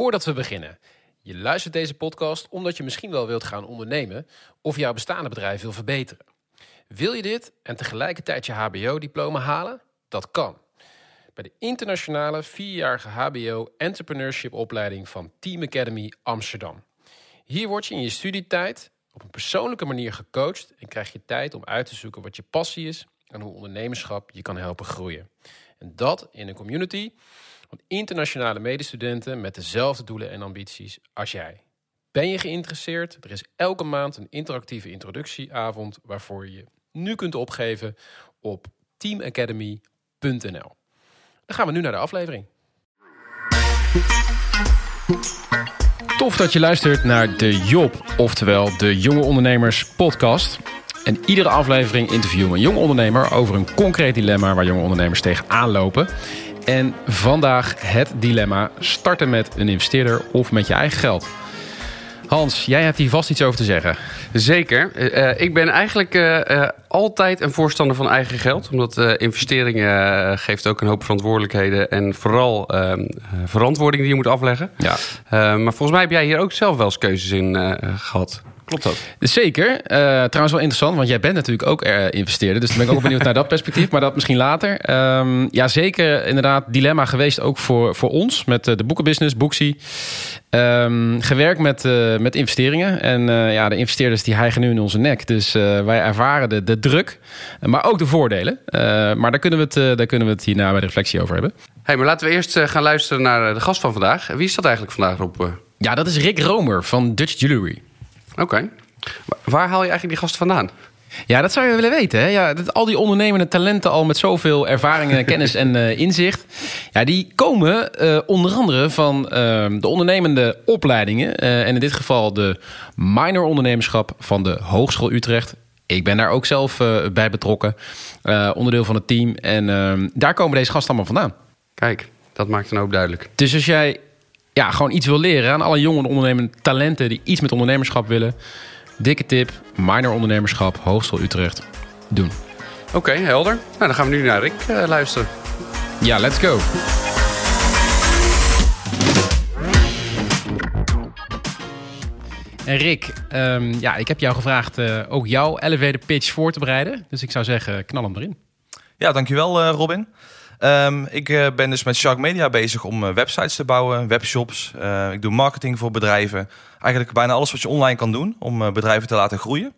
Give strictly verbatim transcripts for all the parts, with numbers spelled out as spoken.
Voordat we beginnen. Je luistert deze podcast omdat je misschien wel wilt gaan ondernemen of jouw bestaande bedrijf wil verbeteren. Wil je dit en tegelijkertijd je H B O-diploma halen? Dat kan. Bij de internationale vierjarige H B O Entrepreneurship opleiding van Team Academy Amsterdam. Hier word je in je studietijd op een persoonlijke manier gecoacht en krijg je tijd om uit te zoeken wat je passie is en hoe ondernemerschap je kan helpen groeien. En dat in een community van internationale medestudenten met dezelfde doelen en ambities als jij. Ben je geïnteresseerd? Er is elke maand een interactieve introductieavond waarvoor je je nu kunt opgeven op team academy punt n l. Dan gaan we nu naar de aflevering. Tof dat je luistert naar de Job, oftewel de Jonge Ondernemers podcast. En iedere aflevering interviewen we een jonge ondernemer over een concreet dilemma waar jonge ondernemers tegenaan lopen. En vandaag het dilemma: starten met een investeerder of met je eigen geld. Hans, jij hebt hier vast iets over te zeggen. Zeker. Uh, ik ben eigenlijk uh, uh, altijd een voorstander van eigen geld. Omdat uh, investeringen uh, geeft ook een hoop verantwoordelijkheden. En vooral uh, verantwoording die je moet afleggen. Ja. Uh, maar volgens mij heb jij hier ook zelf wel eens keuzes in uh, gehad. Klopt dat? Zeker. Uh, trouwens wel interessant, want jij bent natuurlijk ook uh, investeerder. Dus dan ben ik ook benieuwd naar dat perspectief. Maar dat misschien later. Um, ja, zeker inderdaad dilemma geweest ook voor, voor ons. Met uh, de boekenbusiness, Booksy. Um, gewerkt met, uh, met investeringen. En uh, ja, de investeerders die hijgen nu in onze nek. Dus uh, wij ervaren de, de druk. Maar ook de voordelen. Uh, maar daar kunnen, we het, uh, daar kunnen we het hierna bij de reflectie over hebben. Hey, maar laten we eerst uh, gaan luisteren naar de gast van vandaag. Wie is dat eigenlijk vandaag, Rob? Ja, dat is Rick Romer van Dutch Jewelry. Oké. Okay. Waar haal je eigenlijk die gasten vandaan? Ja, dat zou je willen weten. Hè? Ja, dat, al die ondernemende talenten al met zoveel ervaring, kennis en uh, inzicht. Ja, die komen uh, onder andere van uh, de ondernemende opleidingen. Uh, en in dit geval de minor ondernemerschap van de Hogeschool Utrecht. Ik ben daar ook zelf uh, bij betrokken. Uh, onderdeel van het team. En uh, daar komen deze gasten allemaal vandaan. Kijk, dat maakt een hoop duidelijk. Dus als jij ja, gewoon iets wil leren aan alle jonge ondernemende talenten die iets met ondernemerschap willen, dikke tip, minor ondernemerschap, Hogeschool Utrecht, doen. Oké, okay, helder. Nou, dan gaan we nu naar Rick uh, luisteren. Ja, let's go. En Rick, um, ja, ik heb jou gevraagd uh, ook jouw elevator pitch voor te bereiden. Dus ik zou zeggen, knal hem erin. Ja, dankjewel uh, Robin. Um, ik uh, ben dus met Shark Media bezig om uh, websites te bouwen, webshops. Uh, ik doe marketing voor bedrijven. Eigenlijk bijna alles wat je online kan doen om uh, bedrijven te laten groeien.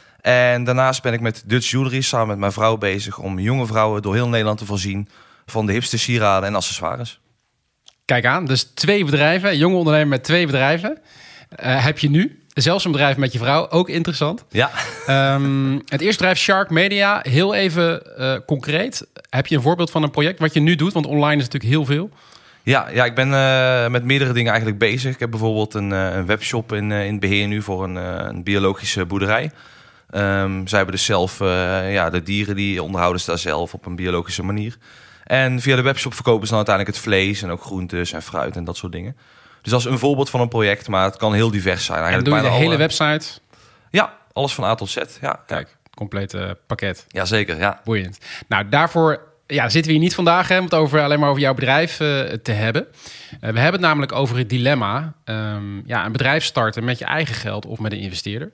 En daarnaast ben ik met Dutch Jewelry samen met mijn vrouw bezig om jonge vrouwen door heel Nederland te voorzien van de hipste sieraden en accessoires. Kijk aan, dus twee bedrijven, jonge ondernemer met twee bedrijven. Uh, heb je nu? Zelfs een bedrijf met je vrouw, ook interessant. Ja. Um, het eerste bedrijf, Shark Media, heel even uh, concreet. Heb je een voorbeeld van een project wat je nu doet? Want online is natuurlijk heel veel. Ja, ja ik ben uh, met meerdere dingen eigenlijk bezig. Ik heb bijvoorbeeld een, uh, een webshop in, uh, in beheer nu voor een, uh, een biologische boerderij. Um, zij hebben dus zelf uh, ja, de dieren die onderhouden ze daar zelf op een biologische manier. En via de webshop verkopen ze dan uiteindelijk het vlees en ook groentes en fruit en dat soort dingen. Dus dat is een voorbeeld van een project, maar het kan heel divers zijn. En doe je de hele alle... website? Ja, alles van A tot Z. Ja, kijk, ja. Complete pakket. Jazeker, ja. Boeiend. Nou, daarvoor ja, zitten we hier niet vandaag hè, om het over, alleen maar over jouw bedrijf uh, te hebben. Uh, we hebben het namelijk over het dilemma. Um, ja, een bedrijf starten met je eigen geld of met een investeerder.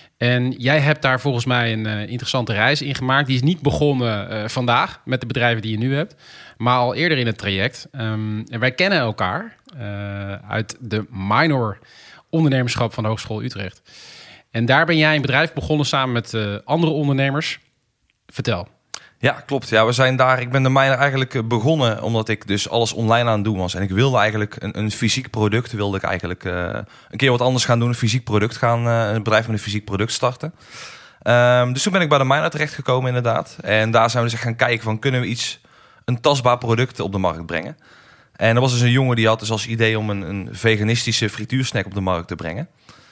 En jij hebt daar volgens mij een uh, interessante reis in gemaakt. Die is niet begonnen uh, vandaag met de bedrijven die je nu hebt, maar al eerder in het traject. Um, en wij kennen elkaar uh, uit de minor ondernemerschap van de Hogeschool Utrecht. En daar ben jij een bedrijf begonnen samen met uh, andere ondernemers. Vertel. Ja, klopt. Ja, we zijn daar. Ik ben de minor eigenlijk begonnen omdat ik dus alles online aan het doen was. En ik wilde eigenlijk een, een fysiek product, wilde ik eigenlijk uh, een keer wat anders gaan doen. Een fysiek product gaan, uh, een bedrijf met een fysiek product starten. Um, dus toen ben ik bij de minor terechtgekomen inderdaad. En daar zijn we dus gaan kijken van, kunnen we iets, een tastbaar product op de markt brengen. En er was dus een jongen die had dus als idee om een, een veganistische frituursnack op de markt te brengen.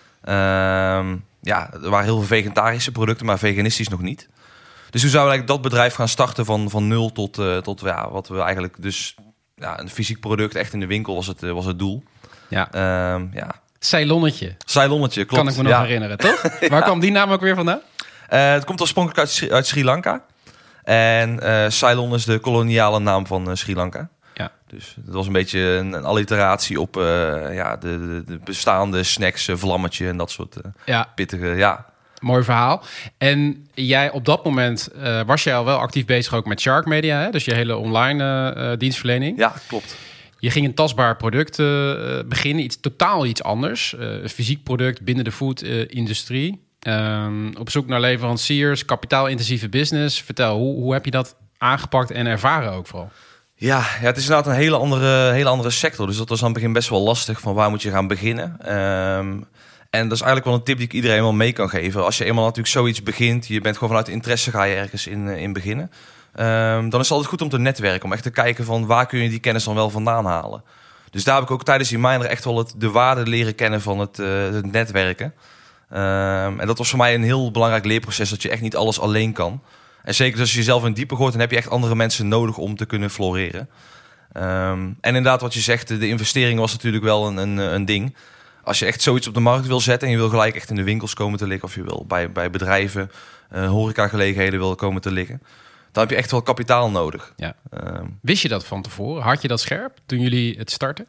Um, ja, er waren heel veel vegetarische producten, maar veganistisch nog niet. Dus toen zouden we eigenlijk dat bedrijf gaan starten van, van nul tot, uh, tot ja, wat we eigenlijk dus ja, een fysiek product, echt in de winkel was het, uh, was het doel. Ja. Um, ja. Ceylonnetje. Ceylonnetje, klopt. Kan ik me nog ja. herinneren, toch? ja. Waar kwam die naam ook weer vandaan? Uh, het komt oorspronkelijk uit, Sri, uit Sri Lanka. En uh, Ceylon is de koloniale naam van uh, Sri Lanka. Ja. Dus het was een beetje een, een alliteratie op uh, ja, de, de, de bestaande snacks, uh, Vlammetje en dat soort uh, ja. pittige, ja. Mooi verhaal. En jij op dat moment uh, was jij al wel actief bezig ook met Shark Media, hè? Dus je hele online uh, dienstverlening. Ja, klopt. Je ging een tastbaar product uh, beginnen, iets totaal iets anders. Uh, een fysiek product binnen de food-industrie. Uh, op zoek naar leveranciers, kapitaalintensieve business. Vertel, hoe, hoe heb je dat aangepakt en ervaren ook vooral? Ja, ja, het is inderdaad een hele andere, hele andere sector. Dus dat was aan het begin best wel lastig van waar moet je gaan beginnen. Um, en dat is eigenlijk wel een tip die ik iedereen wel mee kan geven. Als je eenmaal natuurlijk zoiets begint, je bent gewoon vanuit interesse ga je ergens in, in beginnen. Um, dan is het altijd goed om te netwerken. Om echt te kijken van waar kun je die kennis dan wel vandaan halen. Dus daar heb ik ook tijdens die minor echt wel het, de waarde leren kennen van het, uh, het netwerken. Um, en dat was voor mij een heel belangrijk leerproces. Dat je echt niet alles alleen kan. En zeker als je jezelf in diepe gooit, dan heb je echt andere mensen nodig om te kunnen floreren. Um, en inderdaad wat je zegt, de investering was natuurlijk wel een, een, een ding. Als je echt zoiets op de markt wil zetten en je wil gelijk echt in de winkels komen te liggen. Of je wil bij, bij bedrijven, uh, horecagelegenheden wil komen te liggen. Dan heb je echt wel kapitaal nodig. Ja. Um, Wist je dat van tevoren? Had je dat scherp toen jullie het starten?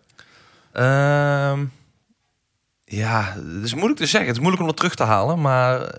Um, ja, het is moeilijk te zeggen. Het is moeilijk om dat terug te halen. Maar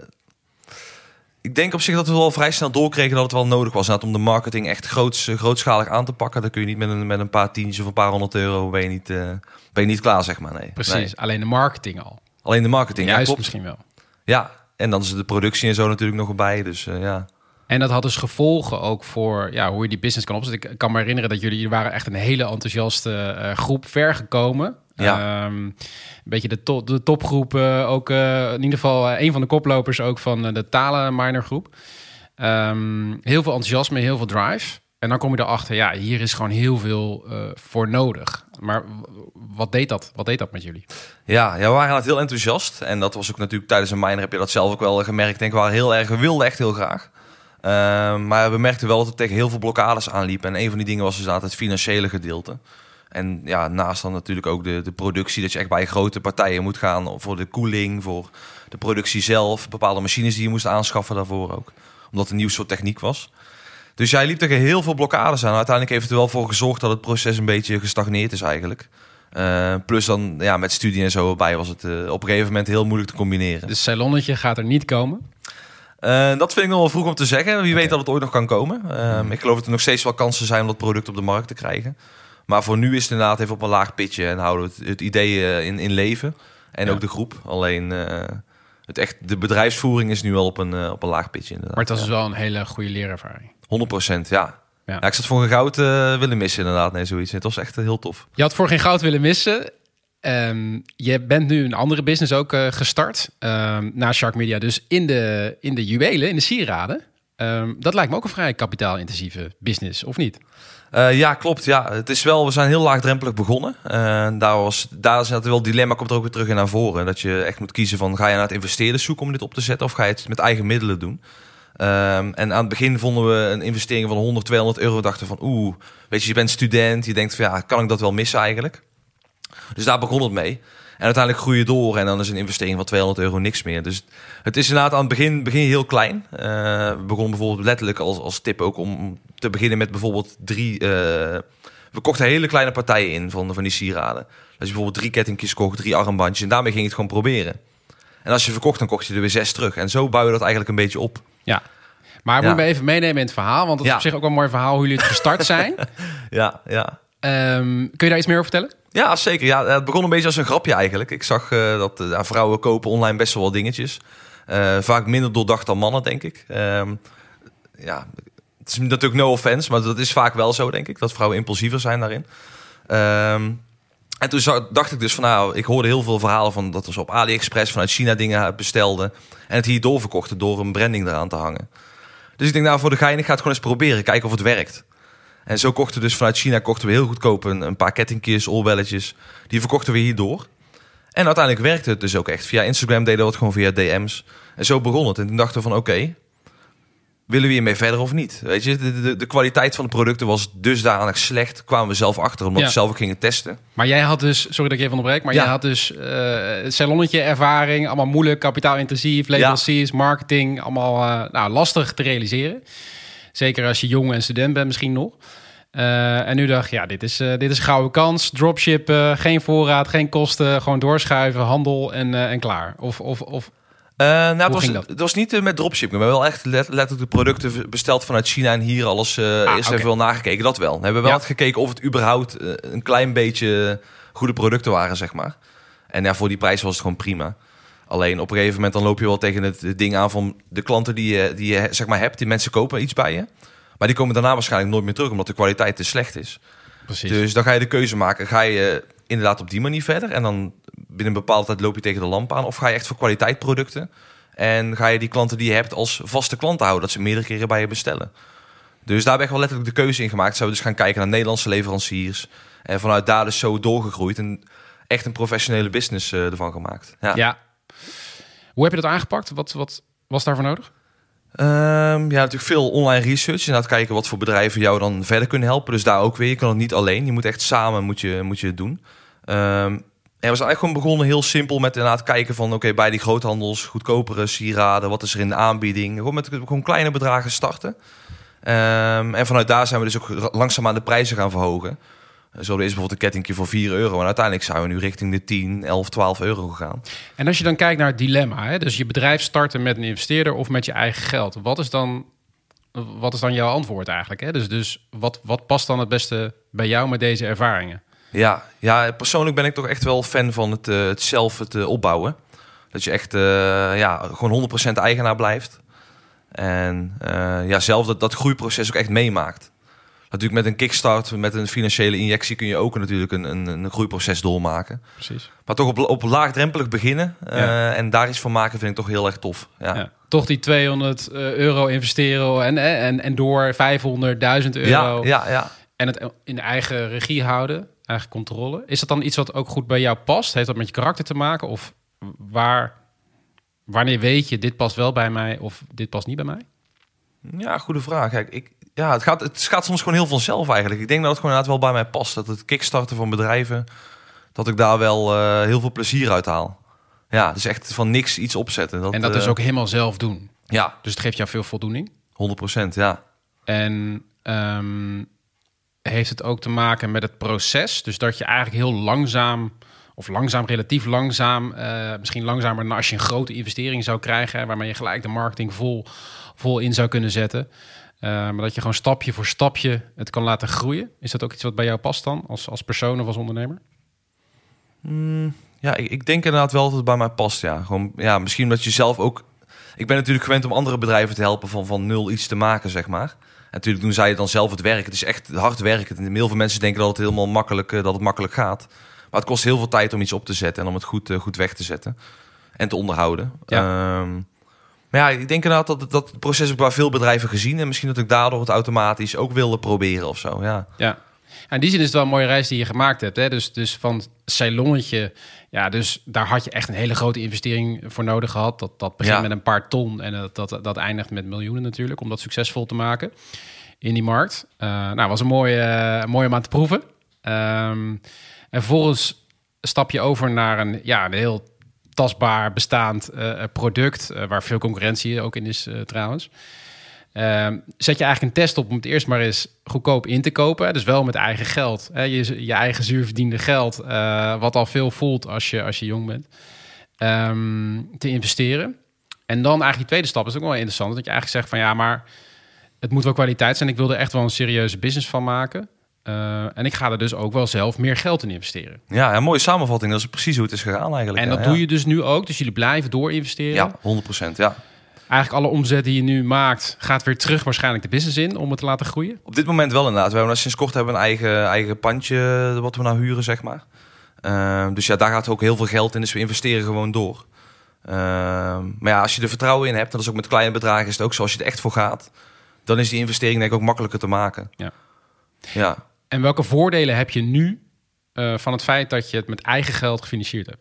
ik denk op zich dat we wel vrij snel doorkregen dat het wel nodig was. Om de marketing echt groots, grootschalig aan te pakken. Dan kun je niet met een, met een paar tientjes of een paar honderd euro ben je niet, uh, ben je niet klaar, zeg maar. Nee. Precies, nee. Alleen de marketing al. Alleen de marketing, Juist ja, klopt. Misschien wel. Ja, en dan is de productie en zo natuurlijk nog erbij. Dus uh, ja... En dat had dus gevolgen ook voor ja, hoe je die business kan opzetten. Ik kan me herinneren dat jullie, jullie waren echt een hele enthousiaste uh, groep ver gekomen. Ja. Um, een beetje de, to- de topgroep, uh, ook uh, in ieder geval uh, een van de koplopers ook van uh, de Talen minor groep. Um, heel veel enthousiasme, heel veel drive. En dan kom je erachter, ja, hier is gewoon heel veel uh, voor nodig. Maar wat deed dat? Wat deed dat met jullie? Ja, ja, we waren altijd heel enthousiast. En dat was ook natuurlijk tijdens een minor heb je dat zelf ook wel gemerkt. Ik denk, we waren heel erg, we wilden echt heel graag. Uh, maar we merkten wel dat het tegen heel veel blokkades aanliep. En een van die dingen was dus inderdaad het financiële gedeelte. En ja, naast dan natuurlijk ook de, de productie. Dat je echt bij grote partijen moet gaan voor de koeling, voor de productie zelf. Bepaalde machines die je moest aanschaffen daarvoor ook. Omdat het een nieuw soort techniek was. Dus jij liep tegen heel veel blokkades aan. Uiteindelijk heeft het er wel voor gezorgd dat het proces een beetje gestagneerd is eigenlijk. Uh, plus dan ja, met studie en zo erbij was het uh, op een gegeven moment heel moeilijk te combineren. Dus salonnetje gaat er niet komen? Uh, dat vind ik nog wel vroeg om te zeggen. Wie okay. weet dat het ooit nog kan komen. Uh, mm. Ik geloof dat er nog steeds wel kansen zijn om dat product op de markt te krijgen. Maar voor nu is het inderdaad even op een laag pitje. En houden we het, het idee uh, in, in leven. En ja. ook de groep. Alleen uh, het echt, de bedrijfsvoering is nu wel op een, uh, op een laag pitje inderdaad. Maar het was ja. dus wel een hele goede leerervaring. honderd procent, ja. Ja. ja. Ik zat voor geen goud uh, willen missen inderdaad. Nee, zoiets. Het was echt uh, heel tof. Je had voor geen goud willen missen. Um, je bent nu een andere business ook uh, gestart. Um, na Shark Media dus in de, in de juwelen, in de sieraden. Um, dat lijkt me ook een vrij kapitaalintensieve business, of niet? Uh, ja, klopt. Ja. Het is wel, we zijn heel laagdrempelig begonnen. Uh, daar, was, daar is natuurlijk wel dilemma, komt er ook weer terug in naar voren. Dat je echt moet kiezen van, ga je naar het investeerders zoeken om dit op te zetten of ga je het met eigen middelen doen? Um, en aan het begin vonden we een investering van honderd, tweehonderd euro. Dachten van, oeh, weet je, je bent student. Je denkt van, ja, kan ik dat wel missen eigenlijk? Dus daar begon het mee. En uiteindelijk groei je door en dan is een investering van tweehonderd euro niks meer. Dus het is inderdaad aan het begin, begin heel klein. Uh, we begonnen bijvoorbeeld letterlijk als, als tip ook om te beginnen met bijvoorbeeld drie... Uh, we kochten hele kleine partijen in van, van die sieraden. Dat je bijvoorbeeld drie kettingjes kocht, drie armbandjes. En daarmee ging je het gewoon proberen. En als je verkocht, dan kocht je er weer zes terug. En zo bouw je dat eigenlijk een beetje op. Ja, maar ja. moet me even meenemen in het verhaal. Want het is ja. op zich ook wel een mooi verhaal hoe jullie het gestart zijn. ja, ja. Um, kun je daar iets meer over vertellen? Ja, zeker. Ja, het begon een beetje als een grapje eigenlijk. Ik zag uh, dat uh, vrouwen kopen online best wel wat dingetjes. Uh, vaak minder doordacht dan mannen, denk ik. Um, ja, het is natuurlijk no offense, maar dat is vaak wel zo, denk ik. Dat vrouwen impulsiever zijn daarin. Um, en toen zag, dacht ik dus van, nou, ik hoorde heel veel verhalen van dat ze op AliExpress vanuit China dingen bestelden. En het hier doorverkochten door een branding eraan te hangen. Dus ik denk, nou, voor de gein, ik ga het gewoon eens proberen. Kijken of het werkt. En zo kochten we dus vanuit China kochten we heel goedkoop een, een paar kettingjes, oorbelletjes. Die verkochten we hierdoor. En uiteindelijk werkte het dus ook echt. Via Instagram deden we het gewoon via D M's. En zo begon het. En toen dachten we van oké, okay, willen we hiermee verder of niet? Weet je, de, de, de kwaliteit van de producten was dusdanig slecht. Kwamen we zelf achter, omdat ja. we zelf ook gingen testen. Maar jij had dus, sorry dat ik even onderbreek, maar ja. jij had dus uh, salonnetje ervaring. Allemaal moeilijk, kapitaalintensief, leveranciers, ja. marketing. Allemaal uh, nou, lastig te realiseren. Zeker als je jong en student bent misschien nog. Uh, en nu dacht je, ja, dit is, uh, dit is een gouden kans. Dropshippen, geen voorraad, geen kosten. Gewoon doorschuiven, handel en, uh, en klaar. Of... of, of Uh, nou, het, was, dat? het was niet uh, met dropshipping. We hebben wel echt let, letterlijk de producten besteld vanuit China en hier alles uh, ah, eerst okay. even wel nagekeken. Dat wel. We hebben wel ja. echt gekeken of het überhaupt uh, een klein beetje goede producten waren, zeg maar. En ja, voor die prijs was het gewoon prima. Alleen op een gegeven moment dan loop je wel tegen het, het ding aan van de klanten die je, die je zeg maar hebt. Die mensen kopen iets bij je. Maar die komen daarna waarschijnlijk nooit meer terug, omdat de kwaliteit te slecht is. Precies. Dus dan ga je de keuze maken. Ga je inderdaad op die manier verder en dan binnen een bepaalde tijd loop je tegen de lamp aan. Of ga je echt voor kwaliteitproducten en ga je die klanten die je hebt als vaste klanten houden. Dat ze meerdere keren bij je bestellen. Dus daar heb ik wel letterlijk de keuze in gemaakt. Zouden we dus gaan kijken naar Nederlandse leveranciers. En vanuit daar dus zo doorgegroeid. En echt een professionele business uh, ervan gemaakt. Ja. ja. Hoe heb je dat aangepakt? Wat, wat was daarvoor nodig? Um, ja, natuurlijk veel online research. En kijken wat voor bedrijven jou dan verder kunnen helpen. Dus daar ook weer. Je kan het niet alleen. Je moet echt samen moet je, moet je het doen. Um, en we zijn eigenlijk gewoon begonnen heel simpel met inderdaad kijken van... oké, okay, bij die groothandels, goedkopere sieraden, wat is er in de aanbieding? Gewoon met gewoon kleine bedragen starten. Um, en vanuit daar zijn we dus ook langzaamaan de prijzen gaan verhogen. Zo is bijvoorbeeld een kettingje voor vier euro. En uiteindelijk zijn we nu richting de tien, elf, twaalf euro gegaan. En als je dan kijkt naar het dilemma, hè? Dus je bedrijf starten met een investeerder of met je eigen geld. Wat is dan, wat is dan jouw antwoord eigenlijk? Hè? Dus, dus wat, wat past dan het beste bij jou met deze ervaringen? Ja, ja, persoonlijk ben ik toch echt wel fan van het, uh, het zelf het uh, opbouwen. Dat je echt uh, ja, gewoon honderd procent eigenaar blijft. En uh, ja, zelf dat, dat groeiproces ook echt meemaakt. Natuurlijk met een kickstart, met een financiële injectie kun je ook natuurlijk een, een, een groeiproces doormaken. Precies. Maar toch op, op laagdrempelig beginnen uh, ja. en daar iets van maken vind ik toch heel erg tof. Ja. Ja. Toch die tweehonderd euro investeren en, en, en door vijfhonderdduizend euro. Ja, ja, ja. En het in de eigen regie houden, eigen controle. Is dat dan iets wat ook goed bij jou past? Heeft dat met je karakter te maken? Of waar, wanneer weet je, dit past wel bij mij of dit past niet bij mij? Ja, goede vraag. Kijk, ik, ja, het, gaat, het gaat soms gewoon heel vanzelf eigenlijk. Ik denk dat het gewoon inderdaad wel bij mij past. Dat het kickstarten van bedrijven, dat ik daar wel uh, heel veel plezier uit haal. Ja, dus echt van niks iets opzetten. Dat, en dat uh, dus ook helemaal zelf doen? Ja. Dus het geeft jou veel voldoening? honderd procent, ja. En um, heeft het ook te maken met het proces? Dus dat je eigenlijk heel langzaam, of langzaam, relatief langzaam, uh, misschien langzamer dan als je een grote investering zou krijgen, hè, waarmee je gelijk de marketing vol, vol in zou kunnen zetten. Uh, maar dat je gewoon stapje voor stapje het kan laten groeien. Is dat ook iets wat bij jou past dan, als, als persoon of als ondernemer? Mm, ja, ik, ik denk inderdaad wel dat het bij mij past, ja. Gewoon, ja, misschien dat je zelf ook... Ik ben natuurlijk gewend om andere bedrijven te helpen van, van nul iets te maken, zeg maar. En natuurlijk doen zij dan zelf het werk. Het is echt hard werken. En heel veel mensen denken dat het helemaal makkelijk, dat het makkelijk gaat. Maar het kost heel veel tijd om iets op te zetten en om het goed, uh, goed weg te zetten. En te onderhouden. Ja. Um, maar ja, ik denk inderdaad dat het, dat het proces ook bij veel bedrijven gezien. En misschien dat ik daardoor het automatisch ook wilde proberen of zo, ja. Ja. In die zin is het wel een mooie reis die je gemaakt hebt. Hè? Dus, dus van salonnetje, ja, dus daar had je echt een hele grote investering voor nodig gehad. Dat, dat begint ja. met een paar ton en dat, dat, dat eindigt met miljoenen natuurlijk, om dat succesvol te maken in die markt. Uh, nou, was een mooie, uh, mooie om aan te proeven. Um, en vervolgens stap je over naar een, ja, een heel tastbaar bestaand uh, product, uh, waar veel concurrentie ook in is uh, trouwens. Uh, zet je eigenlijk een test op om het eerst maar eens goedkoop in te kopen. Dus wel met eigen geld. Hè? Je, je eigen zuurverdiende geld. Uh, wat al veel voelt als je, als je jong bent. Um, te investeren. En dan eigenlijk die tweede stap is ook wel interessant. Dat je eigenlijk zegt van ja, maar het moet wel kwaliteit zijn. Ik wil er echt wel een serieuze business van maken. Uh, en ik ga er dus ook wel zelf meer geld in investeren. Ja, een mooie samenvatting. Dat is precies hoe het is gegaan eigenlijk. En dat ja, doe ja. je dus nu ook. Dus jullie blijven door investeren. Ja, honderd procent, ja. Eigenlijk alle omzet die je nu maakt, gaat weer terug waarschijnlijk de business in om het te laten groeien? Op dit moment wel inderdaad. We hebben sinds kort hebben we een eigen, eigen pandje wat we nou huren, zeg maar. Uh, dus ja, daar gaat ook heel veel geld in. Dus we investeren gewoon door. Uh, maar ja, als je er vertrouwen in hebt, en dat is ook met kleine bedragen is het ook zo, als je er echt voor gaat, dan is die investering denk ik ook makkelijker te maken. Ja. Ja. En welke voordelen heb je nu uh, van het feit dat je het met eigen geld gefinancierd hebt?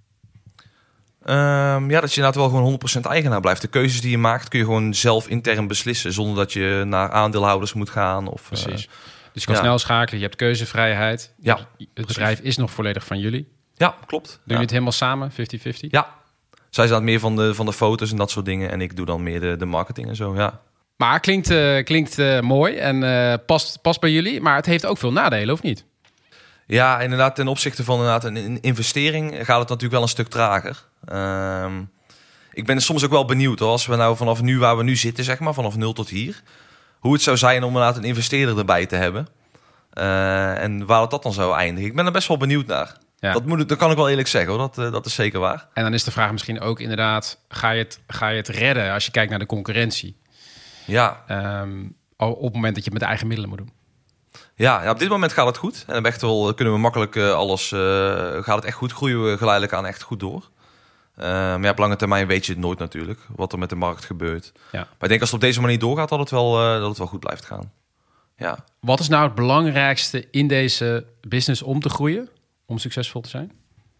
Um, ja, dat je inderdaad wel gewoon honderd procent eigenaar blijft. De keuzes die je maakt kun je gewoon zelf intern beslissen, zonder dat je naar aandeelhouders moet gaan. Of, Precies. Uh, dus je kan ja. snel schakelen, je hebt keuzevrijheid. Ja, het precies. Bedrijf is nog volledig van jullie. Ja, klopt. Doen ja. jullie het helemaal samen, vijftig vijftig? Ja. Zij zijn meer van de, van de foto's en dat soort dingen. En ik doe dan meer de, de marketing en zo, ja. Maar klinkt, uh, klinkt uh, mooi en uh, past, past bij jullie. Maar het heeft ook veel nadelen, of niet? Ja, inderdaad, ten opzichte van inderdaad een investering gaat het natuurlijk wel een stuk trager. Uh, ik ben soms ook wel benieuwd, hoor, als we nou vanaf nu waar we nu zitten, zeg maar, vanaf nul tot hier, hoe het zou zijn om inderdaad een investeerder erbij te hebben. Uh, en waar dat dan zou eindigen. Ik ben er best wel benieuwd naar. Ja. Dat, moet, dat kan ik wel eerlijk zeggen, hoor. Dat, uh, dat is zeker waar. En dan is de vraag misschien ook inderdaad, ga je het, ga je het redden als je kijkt naar de concurrentie? Ja. Um, op het moment dat je het met eigen middelen moet doen. Ja, ja, op dit moment gaat het goed. En echt wel kunnen we makkelijk uh, alles... Uh, gaat het echt goed, groeien we geleidelijk aan echt goed door. Uh, maar ja, op lange termijn weet je het nooit natuurlijk, wat er met de markt gebeurt. Ja. Maar ik denk als het op deze manier doorgaat, dat het wel, uh, dat het wel goed blijft gaan. Ja. Wat is nou het belangrijkste in deze business om te groeien? Om succesvol te zijn?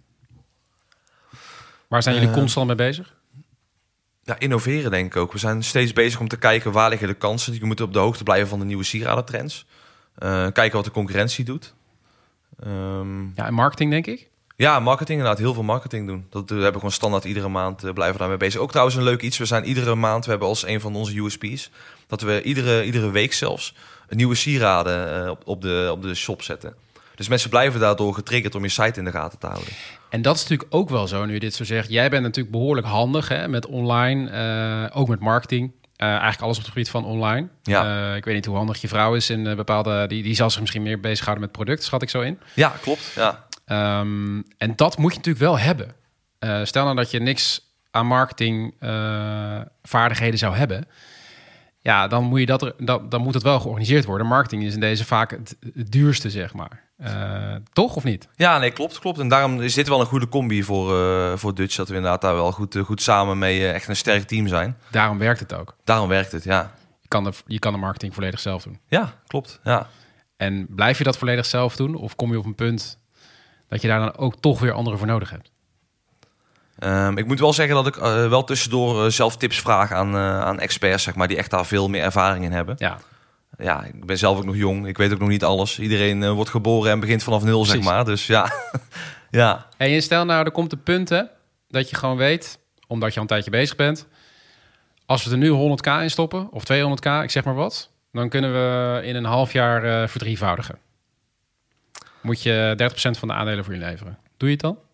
Waar zijn jullie uh, constant mee bezig? Ja, innoveren denk ik ook. We zijn steeds bezig om te kijken waar liggen de kansen. Je moet op de hoogte blijven van de nieuwe sieradentrends. Uh, kijken wat de concurrentie doet. Um, ja, en marketing denk ik? Ja, marketing inderdaad. Heel veel marketing doen. Dat hebben we gewoon standaard iedere maand uh, blijven we daarmee bezig. Ook trouwens een leuk iets. We zijn iedere maand, we hebben als een van onze U S P's, dat we iedere, iedere week zelfs een nieuwe sieraden uh, op, op, de, op de shop zetten. Dus mensen blijven daardoor getriggerd om je site in de gaten te houden. En dat is natuurlijk ook wel zo, nu je dit zo zegt. Jij bent natuurlijk behoorlijk handig hè, met online, uh, ook met marketing. Uh, eigenlijk alles op het gebied van online. Ja. Uh, ik weet niet hoe handig je vrouw is in uh, bepaalde... Die, die zal zich misschien meer bezighouden met product, schat ik zo in. Ja, klopt. Ja. Um, en dat moet je natuurlijk wel hebben. Uh, stel nou dat je niks aan marketing uh, vaardigheden zou hebben. Ja, dan moet, je dat, dat, dan moet het wel georganiseerd worden. Marketing is in deze vaak het, het duurste, zeg maar. Uh, toch of niet? Ja, nee, klopt, klopt. En daarom is dit wel een goede combi voor, uh, voor Dutch. Dat we inderdaad daar wel goed, uh, goed samen mee uh, echt een sterk team zijn. Daarom werkt het ook. Daarom werkt het, ja. Je kan de, je kan de marketing volledig zelf doen. Ja, klopt, ja. En blijf je dat volledig zelf doen? Of kom je op een punt dat je daar dan ook toch weer anderen voor nodig hebt? Um, ik moet wel zeggen dat ik uh, wel tussendoor uh, zelf tips vraag aan, uh, aan experts, zeg maar, die echt daar veel meer ervaring in hebben. Ja. Ja, ik ben zelf ook nog jong. Ik weet ook nog niet alles. Iedereen uh, wordt geboren en begint vanaf nul, Precies. zeg maar. Dus ja. ja. En je stel nou, er komt een punt hè, dat je gewoon weet, omdat je al een tijdje bezig bent, als we er nu honderd k in stoppen, of tweehonderd k, ik zeg maar wat, dan kunnen we in een half jaar uh, verdrievoudigen. Moet je dertig procent van de aandelen voor inleveren. Doe je het dan?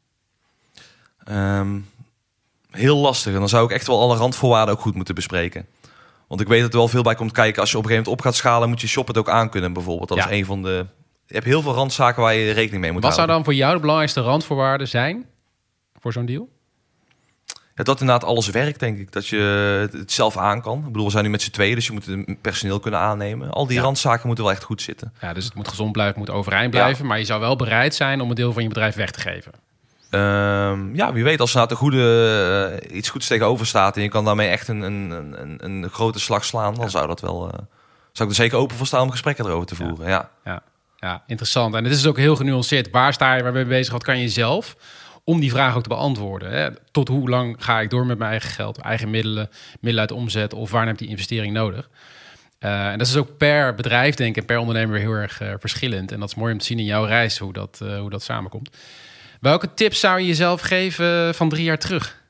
Um, heel lastig. En dan zou ik echt wel alle randvoorwaarden ook goed moeten bespreken. Want ik weet dat er wel veel bij komt kijken. Als je op een gegeven moment op gaat schalen, moet je shop het ook aankunnen bijvoorbeeld. Dat ja. is een van de... Je hebt heel veel randzaken waar je rekening mee moet Wat houden. Wat zou dan voor jou de belangrijkste randvoorwaarden zijn voor zo'n deal? Ja, dat inderdaad alles werkt, denk ik. Dat je het zelf aan kan. Ik bedoel, we zijn nu met z'n tweeën, dus je moet het personeel kunnen aannemen. Al die ja. randzaken moeten wel echt goed zitten. Ja, dus het moet gezond blijven, het moet overeind blijven. Ja. Maar je zou wel bereid zijn om een deel van je bedrijf weg te geven. Um, ja, wie weet, als er nou te goede uh, iets goeds tegenover staat en je kan daarmee echt een, een, een, een grote slag slaan, dan ja. zou dat wel. Uh, zou ik er zeker open voor staan om gesprekken erover te voeren. Ja, ja. ja. ja interessant. En het is ook heel genuanceerd. Waar sta je, waar ben je bezig? Wat kan je zelf? Om die vraag ook te beantwoorden. Hè? Tot hoe lang ga ik door met mijn eigen geld, eigen middelen, middelen uit de omzet of waar heb ik die investering nodig? Uh, en dat is ook per bedrijf, denk ik, en per ondernemer heel erg uh, verschillend. En dat is mooi om te zien in jouw reis hoe dat, uh, hoe dat samenkomt. Welke tips zou je jezelf geven van drie jaar terug?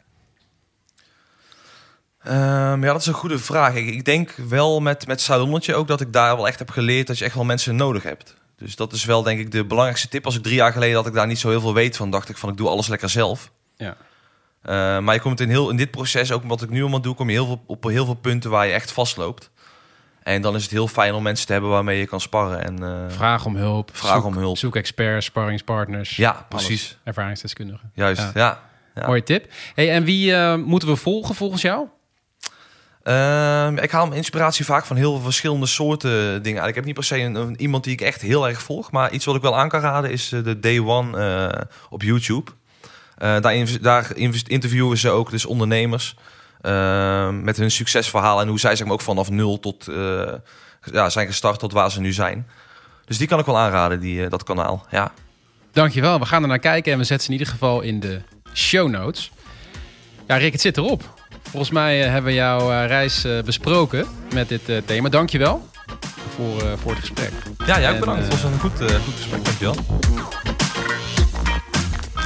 Um, ja, dat is een goede vraag. Ik, ik denk wel met, met Salonnetje ook dat ik daar wel echt heb geleerd dat je echt wel mensen nodig hebt. Dus dat is wel denk ik de belangrijkste tip. Als ik drie jaar geleden dat ik daar niet zo heel veel weet van, dacht ik van ik doe alles lekker zelf. Ja. Uh, maar je komt in, heel, in dit proces, ook wat ik nu allemaal doe, kom je heel veel, op heel veel punten waar je echt vastloopt. En dan is het heel fijn om mensen te hebben waarmee je kan sparren. En, uh, vraag om hulp. Vraag zoek, om hulp. Zoek experts, sparringspartners. Ja, precies. Alles. Ervaringsdeskundigen. Juist, ja. ja, ja. Mooie tip. Hey, en wie uh, moeten we volgen volgens jou? Uh, ik haal mijn inspiratie vaak van heel veel verschillende soorten dingen. Ik heb niet per se een, een, iemand die ik echt heel erg volg. Maar iets wat ik wel aan kan raden is de Day One uh, op YouTube. Uh, daar, in, daar interviewen ze ook dus ondernemers. Uh, met hun succesverhaal en hoe zij zeg maar ook vanaf nul tot uh, ja, zijn gestart tot waar ze nu zijn. Dus die kan ik wel aanraden, die, uh, dat kanaal. Ja. Dankjewel, we gaan er naar kijken en we zetten ze in ieder geval in de show notes. Ja, Rick, het zit erop. Volgens mij uh, hebben we jouw uh, reis uh, besproken met dit uh, thema. Dankjewel voor, uh, voor het gesprek. Ja, jij ja, bedankt. Uh, het was een goed, uh, goed gesprek. Dankjewel.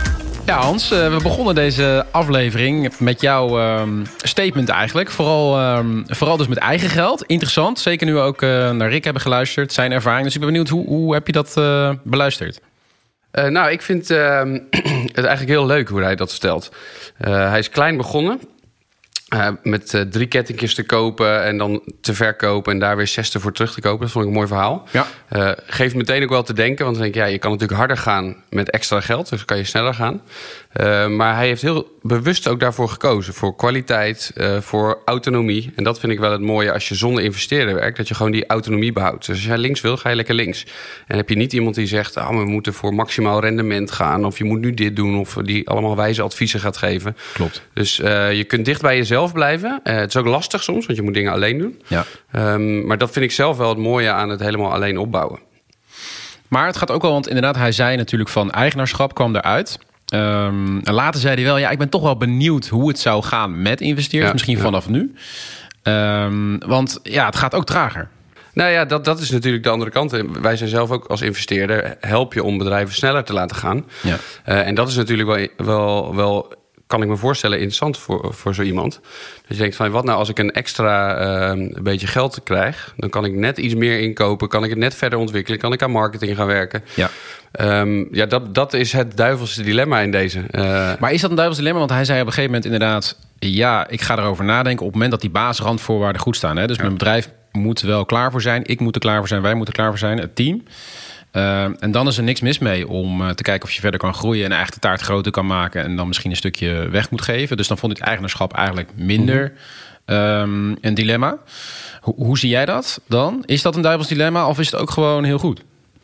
Ja, Hans, we begonnen deze aflevering met jouw um, statement eigenlijk. Vooral, um, vooral dus met eigen geld. Interessant, zeker nu we ook uh, naar Rick hebben geluisterd, zijn ervaring. Dus ik ben benieuwd, hoe, hoe heb je dat uh, beluisterd? Uh, nou, ik vind uh, het eigenlijk heel leuk hoe hij dat vertelt. Uh, hij is klein begonnen. Uh, met uh, drie kettingjes te kopen en dan te verkopen en daar weer zes voor terug te kopen. Dat vond ik een mooi verhaal. Ja. Uh, geeft meteen ook wel te denken, want dan denk ik, ja, je kan natuurlijk harder gaan met extra geld, dus kan je sneller gaan. Uh, maar hij heeft heel bewust ook daarvoor gekozen. Voor kwaliteit, uh, voor autonomie. En dat vind ik wel het mooie als je zonder investeren werkt, dat je gewoon die autonomie behoudt. Dus als jij links wil, ga je lekker links. En heb je niet iemand die zegt, oh, we moeten voor maximaal rendement gaan, of je moet nu dit doen, of die allemaal wijze adviezen gaat geven. Klopt. Dus uh, je kunt dicht bij jezelf blijven. Uh, het is ook lastig soms, want je moet dingen alleen doen. Ja. Um, maar dat vind ik zelf wel het mooie aan het helemaal alleen opbouwen. Maar het gaat ook wel, want inderdaad, hij zei natuurlijk van eigenaarschap kwam eruit. Um, en later zei hij wel, ja, ik ben toch wel benieuwd hoe het zou gaan met investeerders. Ja, misschien ja. vanaf nu. Um, want ja, het gaat ook trager. Nou ja, dat, dat is natuurlijk de andere kant. Wij zijn zelf ook als investeerder, help je om bedrijven sneller te laten gaan. Ja. Uh, en dat is natuurlijk wel, wel, wel, kan ik me voorstellen, interessant voor, voor zo iemand. Dus je denkt van, wat nou als ik een extra uh, een beetje geld krijg, dan kan ik net iets meer inkopen, kan ik het net verder ontwikkelen, kan ik aan marketing gaan werken. Ja. Um, ja, dat, dat is het duivelse dilemma in deze. Uh, Maar is dat een duivels dilemma? Want hij zei op een gegeven moment inderdaad, ja, ik ga erover nadenken op het moment dat die basisrandvoorwaarden goed staan. Hè? Dus ja. Mijn bedrijf moet er wel klaar voor zijn, ik moet er klaar voor zijn, wij moeten er klaar voor zijn, het team. Uh, en dan is er niks mis mee om uh, te kijken of je verder kan groeien en eigenlijk de taart groter kan maken en dan misschien een stukje weg moet geven. Dus dan vond ik het eigenaarschap eigenlijk minder mm-hmm. um, een dilemma. Ho- hoe zie jij dat dan? Is dat een duivels dilemma of is het ook gewoon heel goed?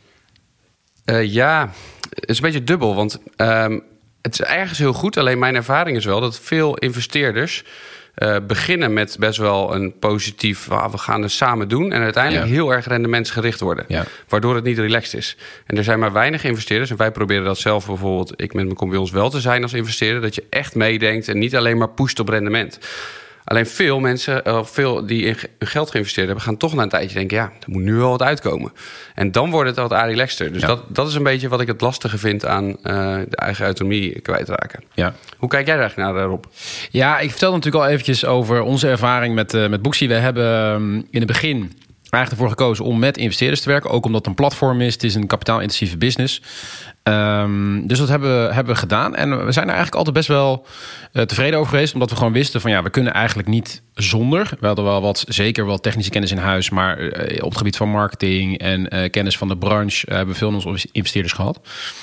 Uh, ja, het is een beetje dubbel, want um, het is ergens heel goed. Alleen mijn ervaring is wel dat veel investeerders Uh, beginnen met best wel een positief, ah, we gaan het samen doen, en uiteindelijk ja. heel erg rendementsgericht worden. Ja. Waardoor het niet relaxed is. En er zijn maar weinig investeerders, en wij proberen dat zelf bijvoorbeeld, ik met mijn compagnons wel te zijn als investeerder, dat je echt meedenkt en niet alleen maar pusht op rendement. Alleen veel mensen, uh, veel die in hun geld geïnvesteerd hebben, gaan toch na een tijdje denken, ja, er moet nu wel wat uitkomen. En dan wordt het wat relaxter. Dus ja. dat, dat is een beetje wat ik het lastige vind aan uh, de eigen autonomie kwijtraken. Ja. Hoe kijk jij daar eigenlijk naar, Rob? Ja, ik vertelde natuurlijk al eventjes over onze ervaring met, uh, met Booksy. We hebben um, in het begin eigenlijk ervoor gekozen om met investeerders te werken. Ook omdat het een platform is. Het is een kapitaalintensieve business. Um, dus dat hebben we, hebben we gedaan. En we zijn er eigenlijk altijd best wel uh, tevreden over geweest. Omdat we gewoon wisten van ja, we kunnen eigenlijk niet zonder. We hadden wel wat, zeker wel technische kennis in huis. Maar uh, op het gebied van marketing en uh, kennis van de branche uh, hebben we veel van onze investeerders gehad.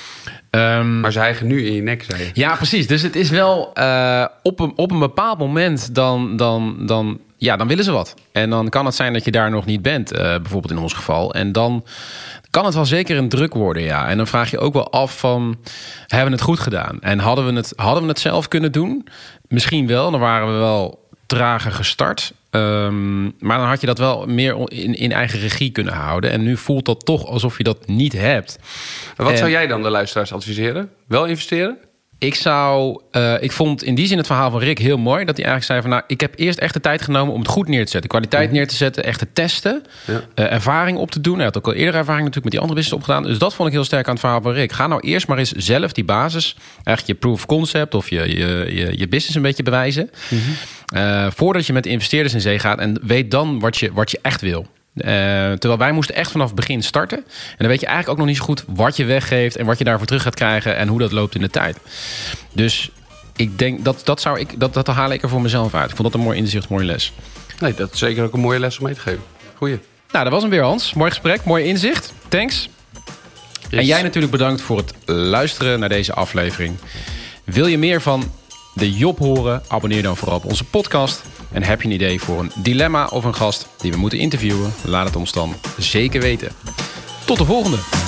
Um, maar ze hijgen nu in je nek, zei je. Ja, precies. Dus het is wel uh, op, een, op een bepaald moment dan, dan, dan, ja, dan willen ze wat. En dan kan het zijn dat je daar nog niet bent, uh, bijvoorbeeld in ons geval. En dan kan het wel zeker een druk worden, ja. En dan vraag je ook wel af van, hebben we het goed gedaan? En hadden we het, hadden we het zelf kunnen doen? Misschien wel, dan waren we wel trager gestart. Um, maar dan had je dat wel meer in, in eigen regie kunnen houden. En nu voelt dat toch alsof je dat niet hebt. Maar wat en, zou jij dan de luisteraars adviseren? Wel investeren? Ik zou, uh, ik vond in die zin het verhaal van Rick heel mooi. Dat hij eigenlijk zei van, nou, ik heb eerst echt de tijd genomen om het goed neer te zetten. Kwaliteit mm-hmm. neer te zetten, echt te testen. Ja. Uh, ervaring op te doen. Hij had ook al eerder ervaring natuurlijk met die andere business opgedaan. Dus dat vond ik heel sterk aan het verhaal van Rick. Ga nou eerst maar eens zelf die basis, eigenlijk je proof of concept of je, je, je, je business een beetje bewijzen. Mm-hmm. Uh, voordat je met investeerders in zee gaat en weet dan wat je, wat je echt wil. Uh, terwijl wij moesten echt vanaf het begin starten. En dan weet je eigenlijk ook nog niet zo goed wat je weggeeft en wat je daarvoor terug gaat krijgen en hoe dat loopt in de tijd. Dus ik denk dat dat zou ik dat, dat haal ik er voor mezelf uit. Ik vond dat een mooi inzicht, mooie les. Nee, dat is zeker ook een mooie les om mee te geven. Goeie. Nou, dat was hem weer, Hans. Mooi gesprek, mooi inzicht. Thanks. Yes. En jij natuurlijk bedankt voor het luisteren naar deze aflevering. Wil je meer van de Job horen? Abonneer dan vooral op onze podcast. En heb je een idee voor een dilemma of een gast die we moeten interviewen? Laat het ons dan zeker weten. Tot de volgende!